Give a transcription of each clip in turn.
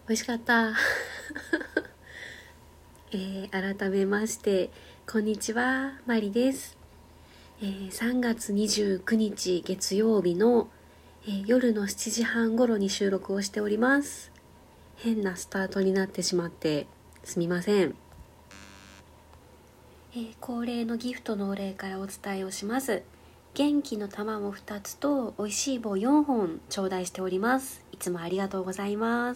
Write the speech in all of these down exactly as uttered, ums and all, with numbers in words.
美味しかったえー、改めましてこんにちは、マリです。えー、さんがつにじゅうくにち月曜日の、えー、夜のしちじはん頃に収録をしております。変なスタートになってしまってすみません。えー、恒例のギフトのお礼からお伝えをします。元気の玉もふたつと美味しい棒よんほん頂戴しております。いつもありがとうございます。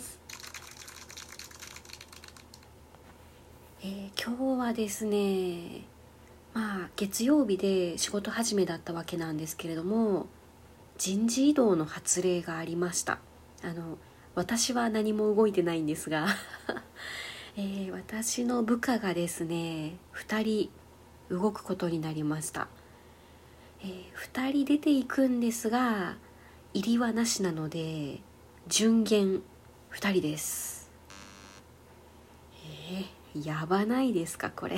えー、今日はですね、まあ月曜日で仕事始めだったわけなんですけれども、人事異動の発令がありました。あの私は何も動いてないんですが、えー、私の部下がですねふたり動くことになりました。えー、ふたり出ていくんですが入りはなしなので順減ふたりです。えー、やばないですかこれ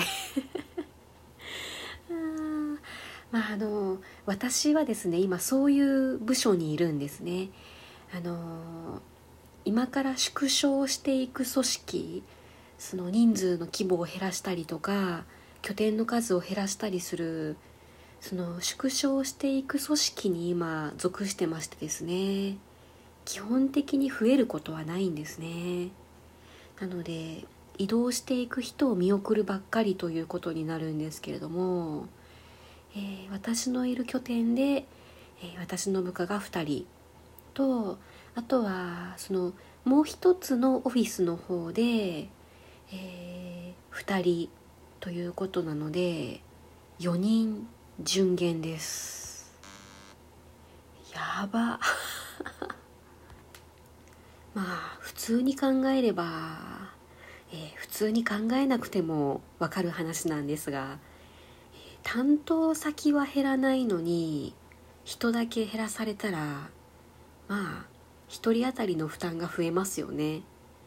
まああの私はですね今そういう部署にいるんですね。あの今から縮小していく組織、その人数の規模を減らしたりとか拠点の数を減らしたりする、その縮小していく組織に今属してましてですね、基本的に増えることはないんですね。なので移動していく人を見送るばっかりということになるんですけれども、えー、私のいる拠点で、えー、私の部下がふたりと、あとはそのもう一つのオフィスの方で、えー、ふたりということなのでよにん順減です。やばまあ普通に考えれば、えー、普通に考えなくてもわかる話なんですが、担当先は減らないのに人だけ減らされたら、まあ一人当たりの負担が増えますよね。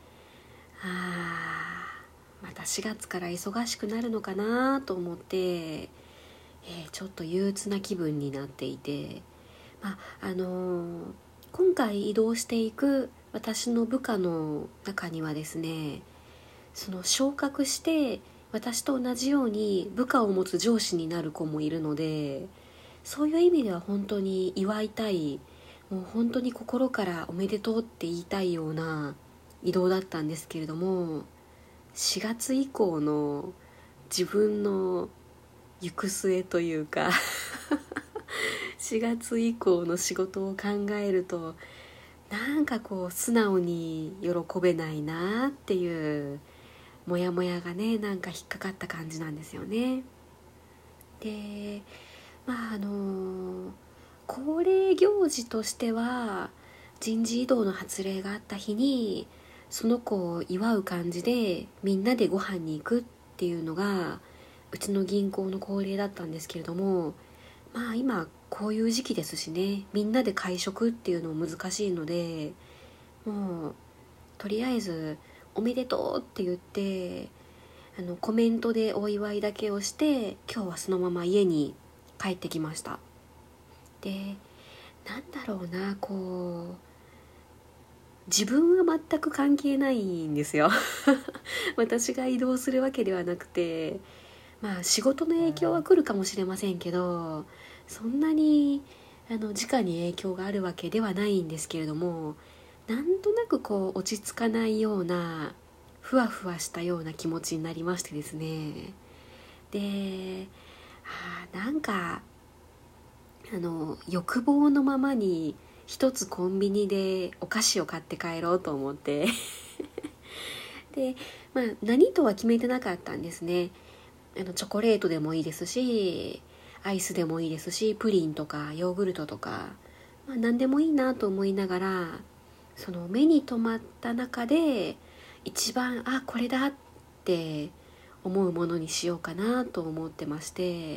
あーまたしがつから忙しくなるのかなと思って、えー、ちょっと憂鬱な気分になっていて、まああのー、今回移動していく私の部下の中にはですね、その昇格して私と同じように部下を持つ上司になる子もいるので、そういう意味では本当に祝いたい、もう本当に心からおめでとうって言いたいような移動だったんですけれども、しがつ以降の自分の行く末というかしがつ以降の仕事を考えると、なんかこう素直に喜べないなっていうモヤモヤがね、なんか引っかかった感じなんですよね。でまああの恒例行事としては人事異動の発令があった日にその子を祝う感じでみんなでご飯に行くっていうのがうちの銀行の恒例だったんですけれども、まあ今こういう時期ですしね、みんなで会食っていうのも難しいので、もうとりあえずおめでとうって言ってあのコメントでお祝いだけをして今日はそのまま家に帰ってきました。でなんだろうな、こう自分は全く関係ないんですよ私が移動するわけではなくて、まあ仕事の影響は来るかもしれませんけど、そんなにあの直に影響があるわけではないんですけれども、なんとなくこう落ち着かないようなふわふわしたような気持ちになりましてですね。であなんかあの欲望のままに一つコンビニでお菓子を買って帰ろうと思ってで、まあ、何とは決めてなかったんですね。あのチョコレートでもいいですしアイスでもいいですしプリンとかヨーグルトとか、まあ、何でもいいなと思いながら、その目に留まった中で一番あこれだって思うものにしようかなと思ってまして、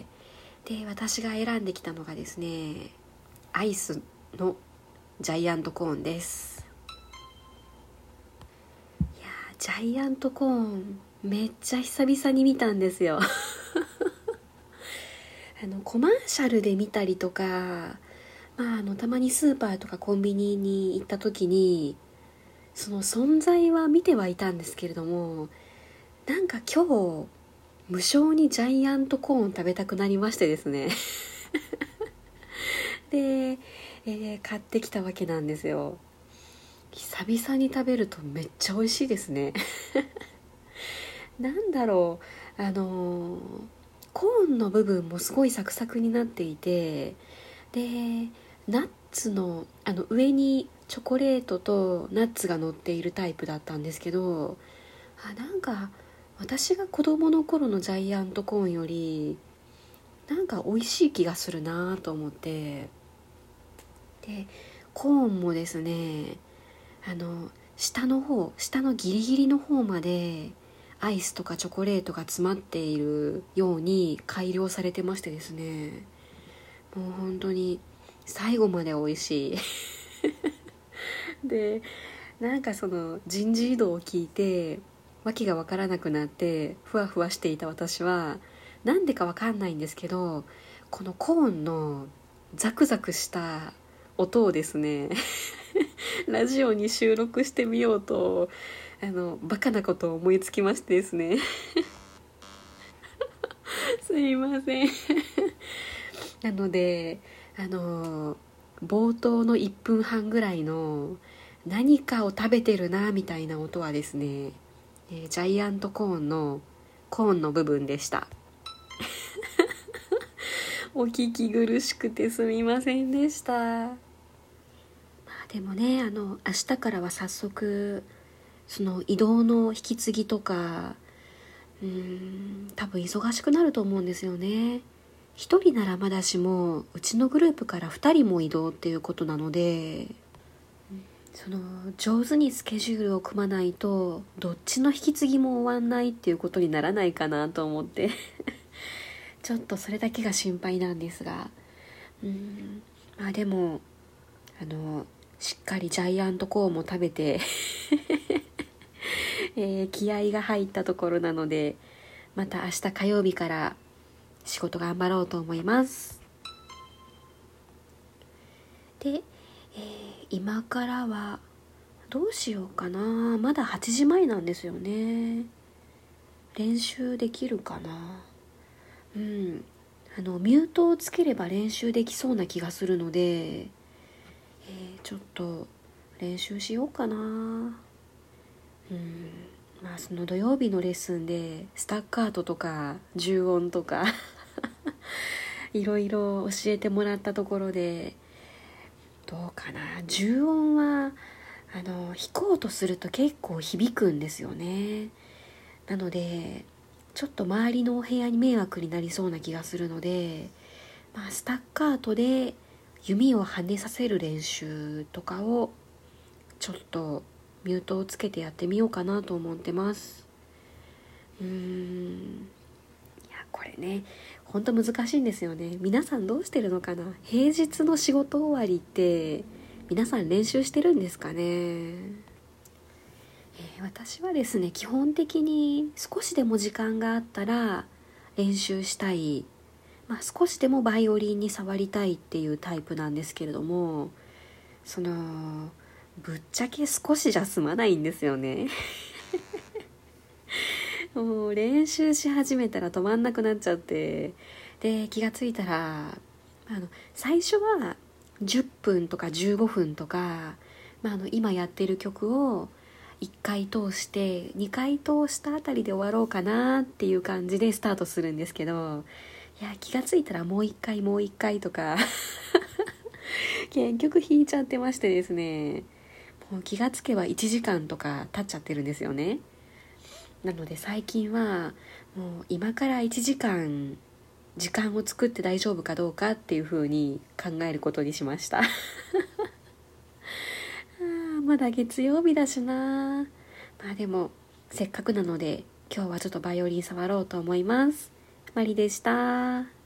で私が選んできたのがですねアイスのジャイアントコーンです。いやジャイアントコーンめっちゃ久々に見たんですよあのコマーシャルで見たりとか、まあ、あのたまにスーパーとかコンビニに行った時にその存在は見てはいたんですけれども、なんか今日無性にジャイアントコーン食べたくなりましてですねで、えー買ってきたわけなんですよ。久々に食べるとめっちゃ美味しいですねなんだろう、あのーコーンの部分もすごいサクサクになっていて、でナッツのあの上にチョコレートとナッツが乗っているタイプだったんですけど、あなんか私が子供の頃のジャイアントコーンよりなんか美味しい気がするなと思って、でコーンもですね、あの下の方下のギリギリの方までアイスとかチョコレートが詰まっているように改良されてましてですね、もう本当に最後まで美味しいで、なんかその人事異動を聞いて訳が分からなくなってふわふわしていた私は、なんでか分かんないんですけど、このコーンのザクザクした音をですねラジオに収録してみようと、あのバカなことを思いつきましてですねすいませんなのであの冒頭のいっぷんはんぐらいの何かを食べてるなみたいな音はですね、えージャイアントコーンのコーンの部分でしたお聞き苦しくてすみませんでした。まあ、でもね、あの明日からは早速その移動の引き継ぎとか、うーん多分忙しくなると思うんですよね。一人ならまだしもうちのグループから二人も移動っていうことなので、その上手にスケジュールを組まないとどっちの引き継ぎも終わんないっていうことにならないかなと思ってちょっとそれだけが心配なんですが、うーんまあでもあのしっかりジャイアントコーンも食べてえー気合が入ったところなので、また明日火曜日から仕事頑張ろうと思います。で、えー今からはどうしようかな。まだはちじまえなんですよね。練習できるかな。うんあのミュートをつければ練習できそうな気がするので、えーちょっと練習しようかな。うんまあその土曜日のレッスンでスタッカートとか重音とかいろいろ教えてもらったところで、どうかな、重音はあの弾こうとすると結構響くんですよね。なのでちょっと周りのお部屋に迷惑になりそうな気がするので、まあ、スタッカートで弓を跳ねさせる練習とかをちょっとミュートをつけてやってみようかなと思ってます。うーんいやこれねほんと難しいんですよね。皆さんどうしてるのかな。平日の仕事終わりって皆さん練習してるんですかね。えー私はですね基本的に少しでも時間があったら練習したい、まあ、少しでもバイオリンに触りたいっていうタイプなんですけれども、そのぶっちゃけ少しじゃ済まないんですよねもう練習し始めたら止まんなくなっちゃって、で気がついたらあの最初はじゅっぷんとかじゅうごふんとか、まあ、あの今やってる曲をいっかい通してにかい通したあたりで終わろうかなっていう感じでスタートするんですけど、いや気がついたらもういっかいもういっかいとか結局弾いちゃってましてですね、もう気がつけばいちじかんとか経っちゃってるんですよね。なので最近はもう今からいちじかん時間を作って大丈夫かどうかっていう風に考えることにしましたあまだ月曜日だしな。まあでもせっかくなので今日はちょっとバイオリン触ろうと思います。マリでした。